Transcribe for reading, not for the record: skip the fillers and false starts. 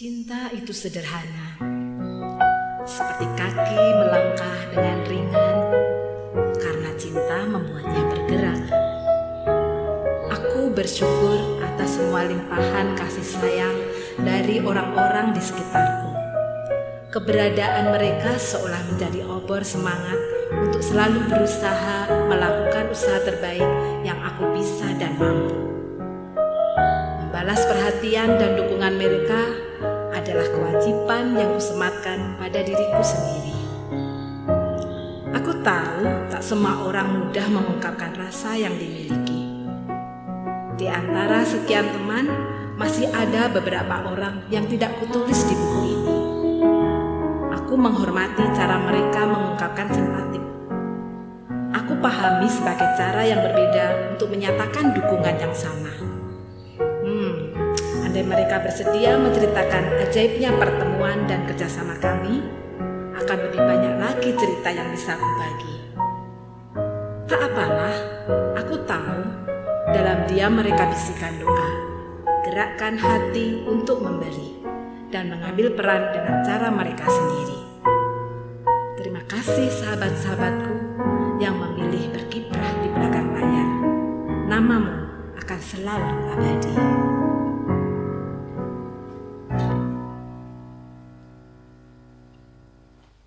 Cinta itu sederhana, seperti kaki melangkah dengan ringan, karena cinta membuatnya bergerak. Aku bersyukur atas semua limpahan kasih sayang dari orang-orang di sekitarku. Keberadaan mereka seolah menjadi obor semangat untuk selalu berusaha melakukan usaha terbaik yang aku bisa dan mampu. Membalas perhatian dan dukungan mereka adalah kewajiban yang kusematkan pada diriku sendiri. Aku tahu tak semua orang mudah mengungkapkan rasa yang dimiliki. Di antara sekian teman, masih ada beberapa orang yang tidak kutulis di buku ini. Aku menghormati cara mereka mengungkapkan simpati. Aku pahami sebagai cara yang berbeda untuk menyatakan dukungan yang sama. Andai mereka bersedia menceritakan ajaibnya pertemuan dan kerjasama kami, akan lebih banyak lagi cerita yang bisa aku bagi. Tak apalah, aku tahu dalam diam mereka bisikan doa, gerakkan hati untuk memberi, dan mengambil peran dengan cara mereka sendiri. Terima kasih sahabat-sahabatku yang memilih berkiprah di belakang layar. Namamu akan selalu abadi.